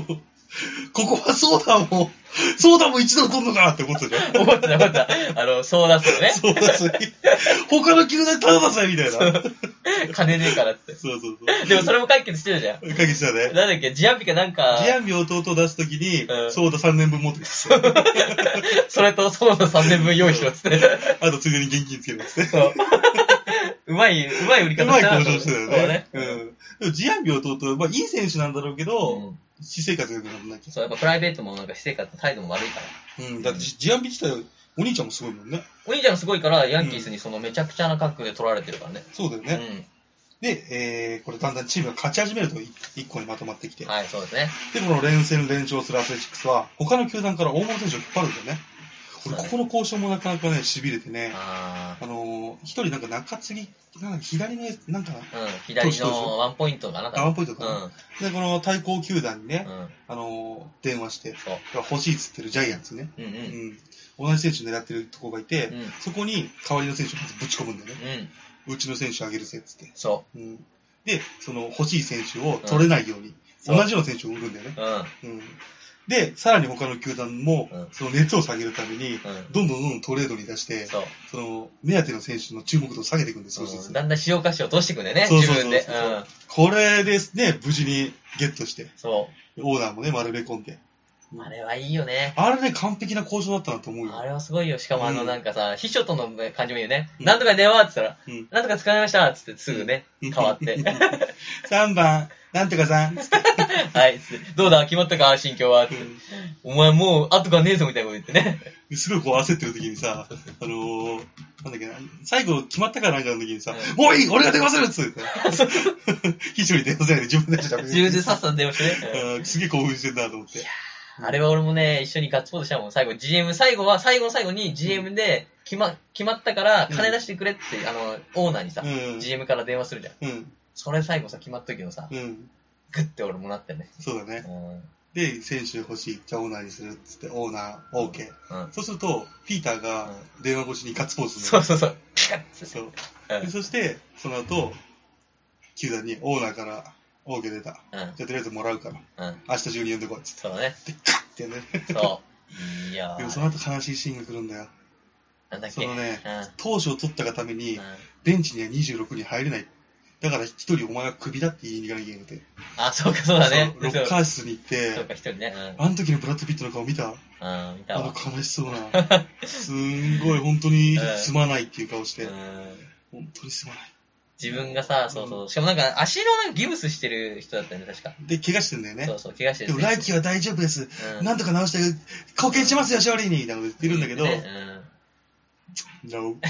Speaker 3: ここはソーダも、ソーダも一度取んのかって思ったじゃん。
Speaker 2: 思った、思った。あの、ソーダ水ね。
Speaker 3: ソーダ水。他の球団頼ませみたいな。
Speaker 2: 金ねえからって。
Speaker 3: そうそうそう。
Speaker 2: でもそれも解決してるじゃん。
Speaker 3: 解決したね。
Speaker 2: なんだっけ、ジアンピかなんか。
Speaker 3: ジアンピ弟を出すときに、うん、ソーダさんねんぶん持ってるんですよ。
Speaker 2: それとソーダさんねんぶん用意しろっつって。
Speaker 3: あとついでに現金つけるっつって。
Speaker 2: そう。うまい、うまい売り方
Speaker 3: したな。うまい交渉してたよね。
Speaker 2: そうね。
Speaker 3: うん。でもジアンピ弟、まあいい選手なんだろうけど、うん、私生活が良くなくなっちゃう。
Speaker 2: そう、やっぱプライベートもなんか私生活の態度も悪いから。
Speaker 3: うん、だってジアンピ自体、お兄ちゃんもすごいもんね。
Speaker 2: お兄ちゃんもすごいから、ヤンキースにそのめちゃくちゃな格好で取られてるからね。
Speaker 3: そうだよね。うん。で、えー、これだんだんチームが勝ち始めると一個にまとまってきて。
Speaker 2: はい、そうですね。
Speaker 3: で、この連戦連勝するアスレチックスは、他の球団から大物選手を引っ張るんだよね。これ、ここの交渉もなかなかね、痺れてね。ああのー、一人なんか中継ぎ、なんか左の、なんか、うん、
Speaker 2: 左のワンポイントかな。
Speaker 3: あ、ワンポイントかな。うん、で、この対抗球団にね、うん、あのー、電話して、欲しいっつってるジャイアンツね。うんうんうん、同じ選手狙ってるとこがいて、うん、そこに代わりの選手をまずぶち込むんだよね。うん、うちの選手あげるぜっつって。そう。うん、で、その欲しい選手を取れないように、うん、同じような選手を売るんだよね。うんうんで、さらに他の球団も、その熱を下げるために、どんどんどんどんトレードに出して、そ, その、目当ての選手の注目度を下げていくんです、少しずつ。
Speaker 2: だんだん使用価値を落としていくんだよね、自分で。
Speaker 3: これですね、無事にゲットして。そう。オーナーもね、丸め込んで。
Speaker 2: あれはいいよね。
Speaker 3: あれね、完璧な交渉だったなと思うよ。
Speaker 2: あれはすごいよ。しかもあの、なんかさ、秘書との感じもいいよね。なんとか電話って言ったら、なんとか使いましたつってすぐね、変わって。
Speaker 3: さんばん、なんとかさんつって。
Speaker 2: はい、どうだ決まったか心境はつって。お前もう、後がねえぞみたいなこと言ってね。
Speaker 3: すごいこう焦ってる時にさ、あのー、なんだっけな、最後決まったかなんかの時にさ、もういい俺が電話するっつって。秘書に電話せないで自分で電話して。
Speaker 2: 自分でさっさと電話して
Speaker 3: ね。すげえ興奮してんなと思って。
Speaker 2: あれは俺もね、一緒にガッツポーズしたもん。最後、ジーエム、最後は、最後の最後に ジーエム で決ま、決まったから、金出してくれって、うん、あの、オーナーにさ、うん、ジーエム から電話するじゃん。うん、それ最後さ、決まった時のさ、うん、グッて俺もなってね。
Speaker 3: そうだね。うん、で、選手欲しい、じゃあオーナーにするっつって、オーナー、OK。うん、そうすると、ピーターが電話越しにガッツポーズす
Speaker 2: る、ね。そうそうそう。ピカッて。
Speaker 3: そう。うん、でそして、その後、球団にオーナーから、OK 出た。うん、じゃあとりあえずもらうから。うん、明日中に呼んでこいっつって。
Speaker 2: そうだね。
Speaker 3: で、カッってやね。そう。いやー。でもその後悲しいシーンが来るんだよ。
Speaker 2: なんだっけ。
Speaker 3: そのね、うん、投手を取ったがために、うん、ベンチにはにじゅうろくにん入れない。だから一人お前はクビだって言いに行かなきゃいけなくて。
Speaker 2: あ、そうかそうだね。
Speaker 3: ロッカー室に行って、
Speaker 2: そうか一人ね。
Speaker 3: うん、あの時のブラッド・ピットの顔見た？うん、
Speaker 2: 見たわ。
Speaker 3: あの悲しそうな。すんごい本当にすまないっていう顔して。うん、本当にすまない。
Speaker 2: 自分がさ、そうそう。しかもなんか足のなんかギブスしてる人だったよね、確か。
Speaker 3: で、怪我してんだよね。
Speaker 2: そうそう、怪我してる。
Speaker 3: でも来季は大丈夫です。うん、なんとか直して貢献しますよ、勝利にみたいなこと言ってるんだけど、ね、うん、No.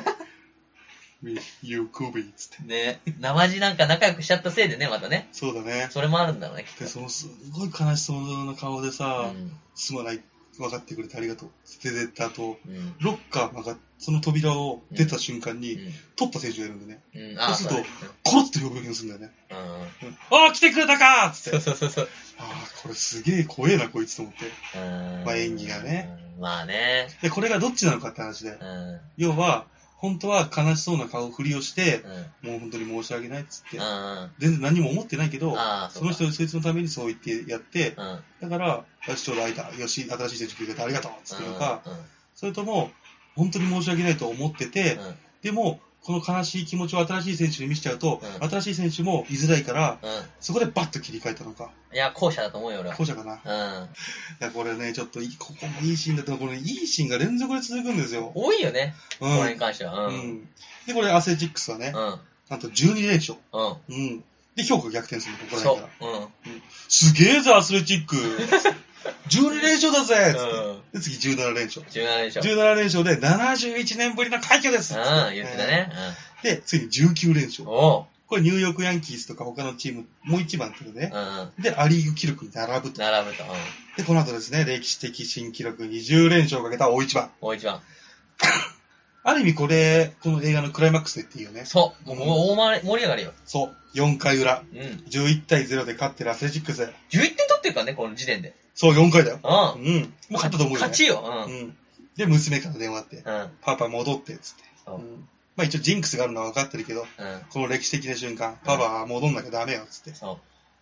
Speaker 3: You Kobe つって。
Speaker 2: ね。生地なんか仲良くしちゃったせいでね、またね。
Speaker 3: そうだね。
Speaker 2: それもあるんだろうね、きっと。
Speaker 3: で、そのすごい悲しそうな顔でさ、うん、すまない、分かってくれてありがとうって出て後、うん、ロッカーがその扉を出た瞬間に、うん、取った選手がいるんでね。うん、そうすると、ね、コロッと呼びかけするんだよね。うんうん、ああ、来てくれたかーっつって。
Speaker 2: そうそうそうそう。
Speaker 3: ああ、これすげえ怖えな、こいつと思って。まあ演技がね。
Speaker 2: まあね。
Speaker 3: で、これがどっちなのかって話で。要は、本当は悲しそうな顔振りをして、うん、もう本当に申し訳ないっつって、うん、全然何も思ってないけど、その人、そいつのためにそう言ってやって、うん、だから、よし、ちょうど空いた、よし、新しい選手来てくれてありがとうっつっていうのか、うんうん、それとも、本当に申し訳ないと思ってて、うん、でも、この悲しい気持ちを新しい選手に見せちゃうと、うん、新しい選手も居づらいから、うん、そこでバッと切り替えたのか。
Speaker 2: いや、後者だと思うよ、俺は。
Speaker 3: 後者かな。うん。いや、これね、ちょっと、ここもいいシーンだったの、これ、いいシーンが連続で続くんですよ。
Speaker 2: 多いよね。うん。これに関しては。うん。うん、
Speaker 3: で、これ、アスレチックスはね、うん、なんとじゅうにれんしょう。うん。うん。で、評価逆転するの、ここら辺から。そう。うん。うん、すげえぞ、アスレチック。じゅうにれんしょうだぜ、うん、で次じゅうななれんしょう。
Speaker 2: じゅうななれんしょう。
Speaker 3: じゅうななれんしょうでななじゅういちねんぶりの快挙です。
Speaker 2: うん、言ってたね。
Speaker 3: うん、で、次じゅうきゅうれんしょう。おこれニューヨークヤンキースとか他のチーム、もう一番っていうね。うん、で、アリーグ記録に並ぶと。
Speaker 2: 並ぶと。うん、
Speaker 3: で、この後ですね、歴史的新記録にじゅうれんしょうをかけた大一番。
Speaker 2: 大一番。
Speaker 3: ある意味これ、この映画のクライマックスでっていうね。
Speaker 2: そう。もう大盛り上がりよ。
Speaker 3: そう。よんかい裏。うん。じゅういちたいゼロで勝ってるアスレチックス。
Speaker 2: じゅういってん取ってるからね、この時点で。
Speaker 3: そう、よんかいだよ。
Speaker 2: うん。
Speaker 3: うん。もう勝ったと思うよ、ね。
Speaker 2: 勝ちよ。うん。うん。
Speaker 3: で、娘から電話あって。うん。パパ戻って、つって。うん。まあ一応ジンクスがあるのは分かってるけど、うん。この歴史的な瞬間、パパは戻んなきゃダメよ、つって。そう。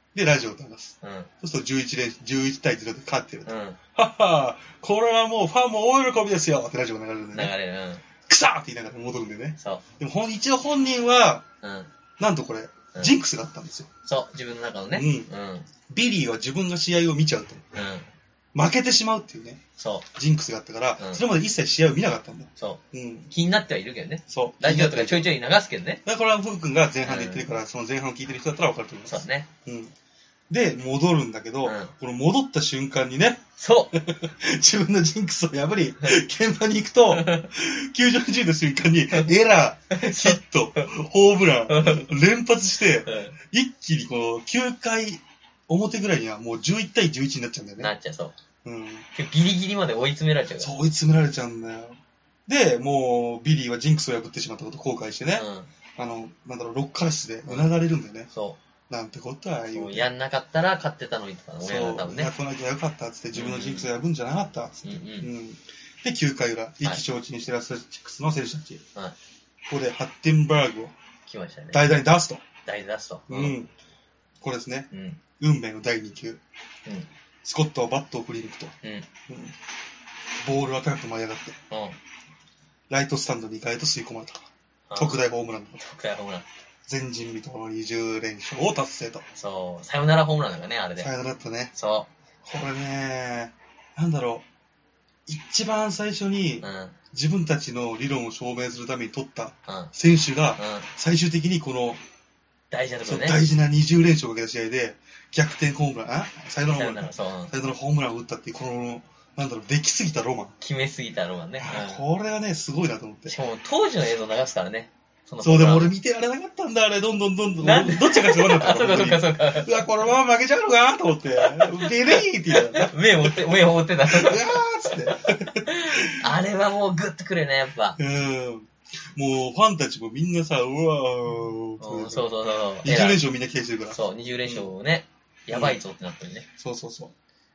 Speaker 3: で、ラジオを流す。うん。そうするとじゅういち連、じゅういちたいゼロで勝ってると。うん。はっはー、これはもうファンも大喜びですよってラジオが流れるんでね。
Speaker 2: 流れる。うん。
Speaker 3: くさーって言いながら戻るんでね。
Speaker 2: そう。
Speaker 3: でも本、一応本人は、うん。なんとこれ、うん、ジンクスがあったんですよ。
Speaker 2: そう、自分の中のね。
Speaker 3: うん。うん。ビリーは自分が試合を見ちゃうと。うん。負けてしまうっていうね。そう。ジンクスがあったから、うん、それまで一切試合を見なかったんだ。
Speaker 2: そう。うん。気になってはいるけどね。そう。ラジオとかちょいちょい流すけどね。
Speaker 3: だからこれはふうくんが前半で言ってるから、うん、その前半を聞いてる人だったら分かると思います。
Speaker 2: そうね。
Speaker 3: うん。で、戻るんだけど、うん、この戻った瞬間にね、
Speaker 2: そう。
Speaker 3: 自分のジンクスを破り、現場に行くと、球場に着いた瞬間に、エラー、ヒット、ホームラン、連発して、一気にこのきゅうかい表ぐらいにはもうじゅういちたいじゅういちになっちゃうんだよね。
Speaker 2: なっちゃう、そう。うん。ギリギリまで追い詰められちゃうから。
Speaker 3: そう、追い詰められちゃうんだよ。で、もう、ビリーはジンクスを破ってしまったことを後悔してね、うん、あの、なんだろう、ロッカー室でうなだれるんだよね。うん、そう。なんてことは言う。
Speaker 2: やんなかったら勝ってたのにとか、
Speaker 3: 親が多分ね。やっとなきゃよかったっつって、自分のジンクスを破るんじゃなかったっつって。うんうんうん、で、きゅうかい裏、意気消沈にしてるアスレチックスの選手たち。はい、ここでハッテンバーグを
Speaker 2: 来ましたね。
Speaker 3: 代打に出すと。
Speaker 2: 代打出すと。
Speaker 3: うん。うん、これですね。うん、運命のだいに球。うん、スコットはバットを振り抜くと。うんうん、ボールは高く舞い上がって。うん、ライトスタンドにかいと吸い込まれた。特大ホームランだ。
Speaker 2: 特大ホームラン。
Speaker 3: 前人未到のにじゅう連勝を達成と。
Speaker 2: そう。さよならホームランだからね、あれで。
Speaker 3: さよならだったね。
Speaker 2: そう。
Speaker 3: これね、なんだろう。一番最初に、うん、自分たちの理論を証明するために取った選手が、うん、最終的にこの、
Speaker 2: 大事なところね。
Speaker 3: 大事なにじゅう連勝をかけた試合で、逆転ホームラン、あさよならホームラン。さよならホームランを打ったっていう、この、なんだろう、できすぎたロマン。
Speaker 2: 決めすぎたロマンね。
Speaker 3: うん、これはね、すごいなと思って。
Speaker 2: しかも当時の映像流すからね。
Speaker 3: そう、でも俺見てられなかったんだ、あれ。どんどんどんどん。
Speaker 2: なんで
Speaker 3: どっちが強かった
Speaker 2: あ、そうかそうかそうか。
Speaker 3: うわ、このまま負けちゃうのかと思って。ビリーって言う
Speaker 2: の。目を追って、目を追ってた。うわ
Speaker 3: ーっつって。
Speaker 2: あれはもうグッとくるね、やっぱ。
Speaker 3: うん。もう、ファンたちもみんなさ、うわー。
Speaker 2: うん、そうそうそう。
Speaker 3: にじゅう連勝みんな期待してるから。
Speaker 2: そう、にじゅう連勝をね、うん、やばいぞってなってるね。
Speaker 3: そうそうそう。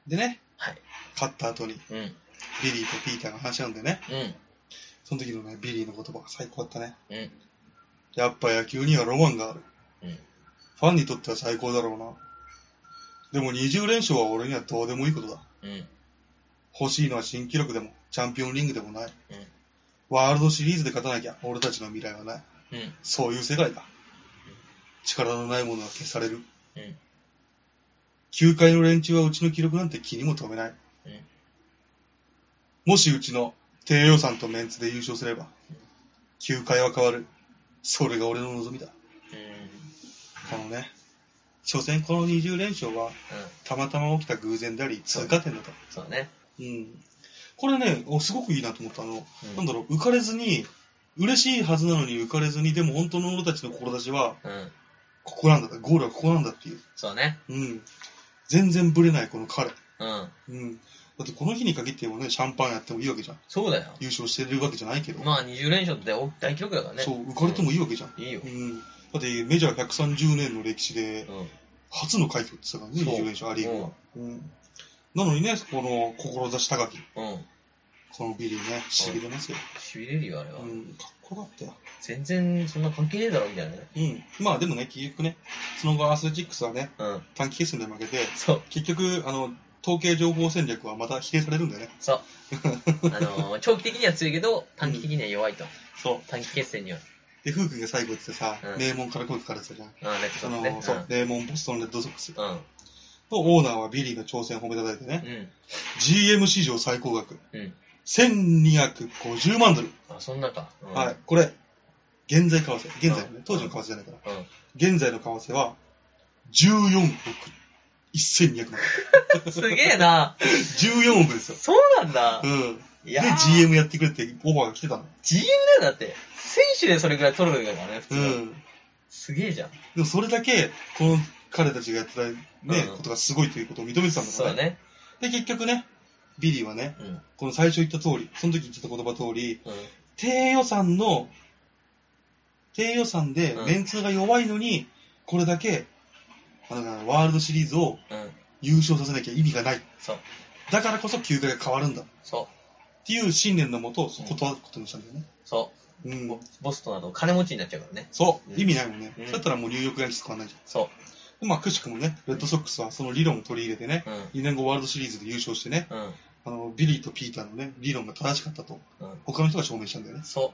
Speaker 3: でね、はい。勝った後に、うん、ビリーとピーターが話し合うんだよね。うん。その時のね、ビリーの言葉が最高だったね。うん。やっぱ野球にはロマンがある。うん。ファンにとっては最高だろうな。でもにじゅう連勝は俺にはどうでもいいことだ。うん。欲しいのは新記録でも、チャンピオンリングでもない。うん。ワールドシリーズで勝たなきゃ俺たちの未来はない。うん。そういう世界だ。うん、力のないものは消される。うん。きゅうかいの連中はうちの記録なんて気にも留めない。うん。もしうちの低予算とメンツで優勝すれば、きゅうかいは変わる。それが俺の望みだ。うん、このね、所詮このにじゅう連勝は、うん、たまたま起きた偶然であり、通過点だと。
Speaker 2: そうね。
Speaker 3: うん。これね、すごくいいなと思った。あの、うん、なんだろう、浮かれずに、嬉しいはずなのに浮かれずに、でも本当の俺たちの志は、うん、ここなんだ、ゴールはここなんだっていう。
Speaker 2: そうね。
Speaker 3: うん。全然ブレないこの彼。うん。うん。だってこの日に限ってもね、シャンパンやってもいいわけじゃん。
Speaker 2: そうだよ。
Speaker 3: 優勝してるわけじゃないけど。
Speaker 2: まあにじゅう連勝って大記録だからね。
Speaker 3: そう、浮かれてもいいわけじゃん。
Speaker 2: うん、いいよ。う
Speaker 3: ん。だってメジャーひゃくさんじゅうねんの歴史で、初の快挙って言ってたからね、にじゅう連勝、ア・リーグは。うん。なのにね、この志高き。うん。このビリーね、痺れますよ。
Speaker 2: 痺れるよ、あれは。
Speaker 3: うん、かっこよかったよ。
Speaker 2: 全然そんな関係ねえだろ、みたいなね。
Speaker 3: うん。まあでもね、結局ね、その後アスレチックスはね、うん、短期決戦で負けて、そう。結局、あの、統計情報戦略はまた否定されるんだよね。
Speaker 2: そう。あのー、長期的には強いけど、短期的には弱いと。うん、そう。短期決戦には。
Speaker 3: で、フー君が最後ってさ、うん、名門から声かかれてたじゃん。
Speaker 2: うん、レッドソックスね。
Speaker 3: そう、名門ボストンレッドソックス。うん。と、オーナーはビリーの挑戦を褒めたたいてね、うん、ジーエム 史上最高額。うん。せんにひゃくごじゅうまんドル。
Speaker 2: あ、そんなか。
Speaker 3: うん、はい。これ、現在為替。現在のね、当時の為替じゃないから。うん。現在の為替は、じゅうよんおくせんにひゃくまん。
Speaker 2: すげえな。
Speaker 3: じゅうよんおくですよ。
Speaker 2: そうなんだ。うん。
Speaker 3: で、ジーエム やってくれってオファーが来てたの。
Speaker 2: ジーエム だよ、だって。選手でそれぐらい取るからね、普通。うん。すげえじゃん。で
Speaker 3: もそれだけ、この彼たちがやってたね、うん、ことがすごいということを認めてたんだからね。
Speaker 2: そうだね。
Speaker 3: で、結局ね、ビリーはね、うん、この最初言った通り、その時言ってた言葉通り、うん、低予算の、低予算でメンツが弱いのに、うん、これだけ、あの、ワールドシリーズを優勝させなきゃ意味がない。そう。だからこそ球界が変わるんだ。そう。っていう信念のもと、断ることにしたんだよね。
Speaker 2: そう。うん。ボストンなど金持ちになっちゃうからね。
Speaker 3: そう。うん、意味ないもんね。うん、そうやったらもうニューヨークヤンキース変わんないじゃん。そう。 まあ、くしくもね、レッドソックスはその理論を取り入れてね、うん、にねんごワールドシリーズで優勝してね、うん、あの、ビリーとピーターのね、理論が正しかったと、うん、他の人が証明したんだよね。
Speaker 2: そう。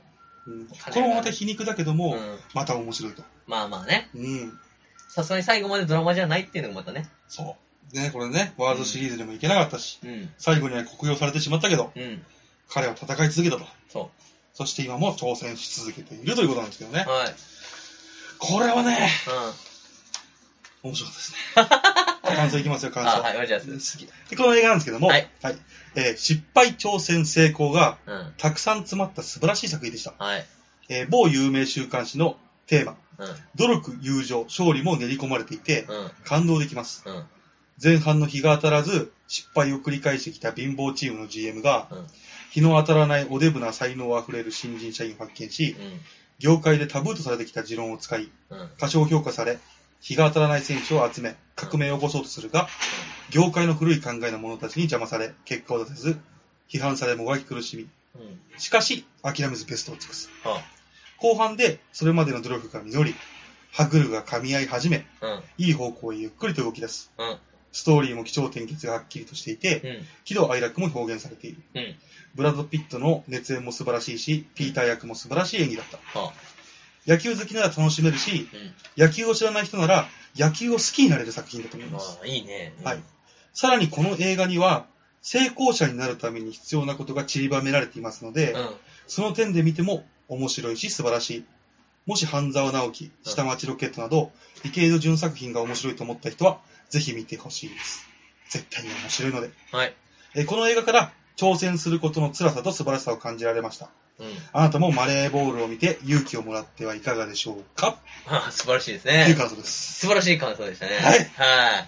Speaker 3: うん、これもまた皮肉だけども、うん、また面白いと。
Speaker 2: まあまあね。
Speaker 3: うん。
Speaker 2: さすがに最後までドラマじゃないっていうのがまたね。
Speaker 3: そう。ね、これね、ワールドシリーズでもいけなかったし、うん、最後には酷評されてしまったけど、うん、彼は戦い続けたと。そう。そして今も挑戦し続けているということなんですけどね。はい。これはね、うん、面白かったですね。感想いきますよ、感想。
Speaker 2: あ、はい、お願いします。
Speaker 3: で、この映画なんですけども、はい。はい、えー、失敗、挑戦、成功が、うん、たくさん詰まった素晴らしい作品でした。はい。えー、某有名週刊誌のテーマ、うん、努力、友情、勝利も練り込まれていて、うん、感動できます。うん、前半の日が当たらず、失敗を繰り返してきた貧乏チームの ジーエム が、うん、日の当たらないおデブな才能あふれる新人社員を発見し、うん、業界でタブーとされてきた持論を使い、うん、過小評価され、日が当たらない選手を集め、革命を起こそうとするが、業界の古い考えの者たちに邪魔され、結果を出せず、批判されもがき苦しみ、うん、しかし、諦めずベストを尽くす。はあ、後半で、それまでの努力が実り、歯車が噛み合い始め、うん、いい方向へゆっくりと動き出す。うん、ストーリーも起承転結がはっきりとしていて、うん、喜怒哀楽も表現されている。うん、ブラッド・ピットの熱演も素晴らしいし、ピーター役も素晴らしい演技だった。はあ、野球好きなら楽しめるし、うん、野球を知らない人なら野球を好きになれる作品だと思います。
Speaker 2: ああ、いいね。うん、
Speaker 3: はい。さらにこの映画には、成功者になるために必要なことが散りばめられていますので、うん、その点で見ても面白いし素晴らしい。もし半沢直樹、下町ロケットなど、池井戸潤作品が面白いと思った人は、ぜひ見てほしいです。絶対に面白いので。はい。えこの映画から挑戦することの辛さと素晴らしさを感じられました。うん、あなたもマレーボールを見て勇気をもらってはいかがでしょうか。
Speaker 2: ああ、素晴らしいですね。
Speaker 3: という感想です。
Speaker 2: 素晴らしい感想でしたね。はい。はい。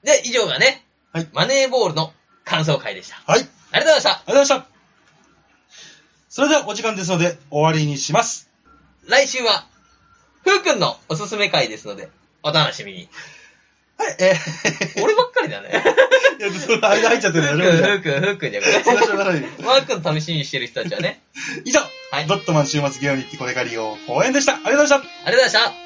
Speaker 2: で、以上がね、はい、マネーボールの感想会でした。はい。ありがとうございました。
Speaker 3: ありがとうございました。それではお時間ですので終わりにします。
Speaker 2: 来週は、ふうくんのおすすめ会ですので、お楽しみに。
Speaker 3: はい、え
Speaker 2: ー、俺ばっかりだね。
Speaker 3: いや、その間入っちゃってるんだよ。
Speaker 2: ふうくん、ふうくんじゃこれ。マー君楽しみにしてる人たちはね。
Speaker 3: 以上、はい、ドットマン週末ゲオ日記これから利用公演でした。ありがとうございました。
Speaker 2: ありがとうございました。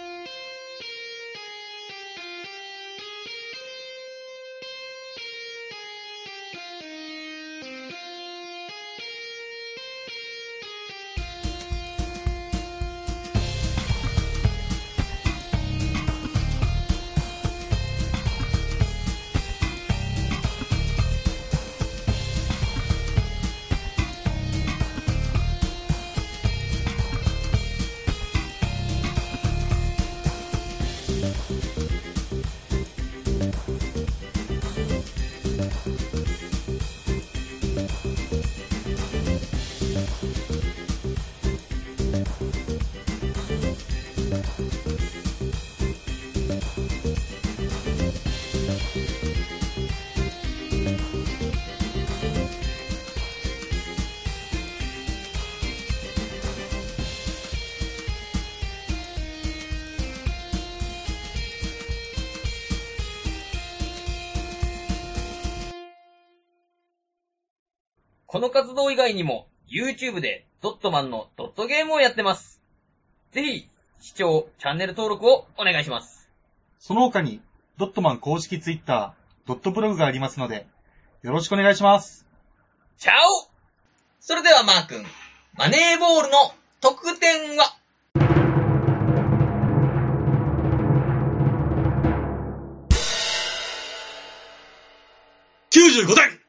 Speaker 2: この活動以外にも YouTube でドットマンのドットゲームをやってます。ぜひ視聴、チャンネル登録をお願いします。
Speaker 3: その他にドットマン公式 Twitter、ドットブログがありますのでよろしくお願いします。
Speaker 2: チャオ！それではマー君、マネーボールの得点は
Speaker 3: きゅうじゅうごてん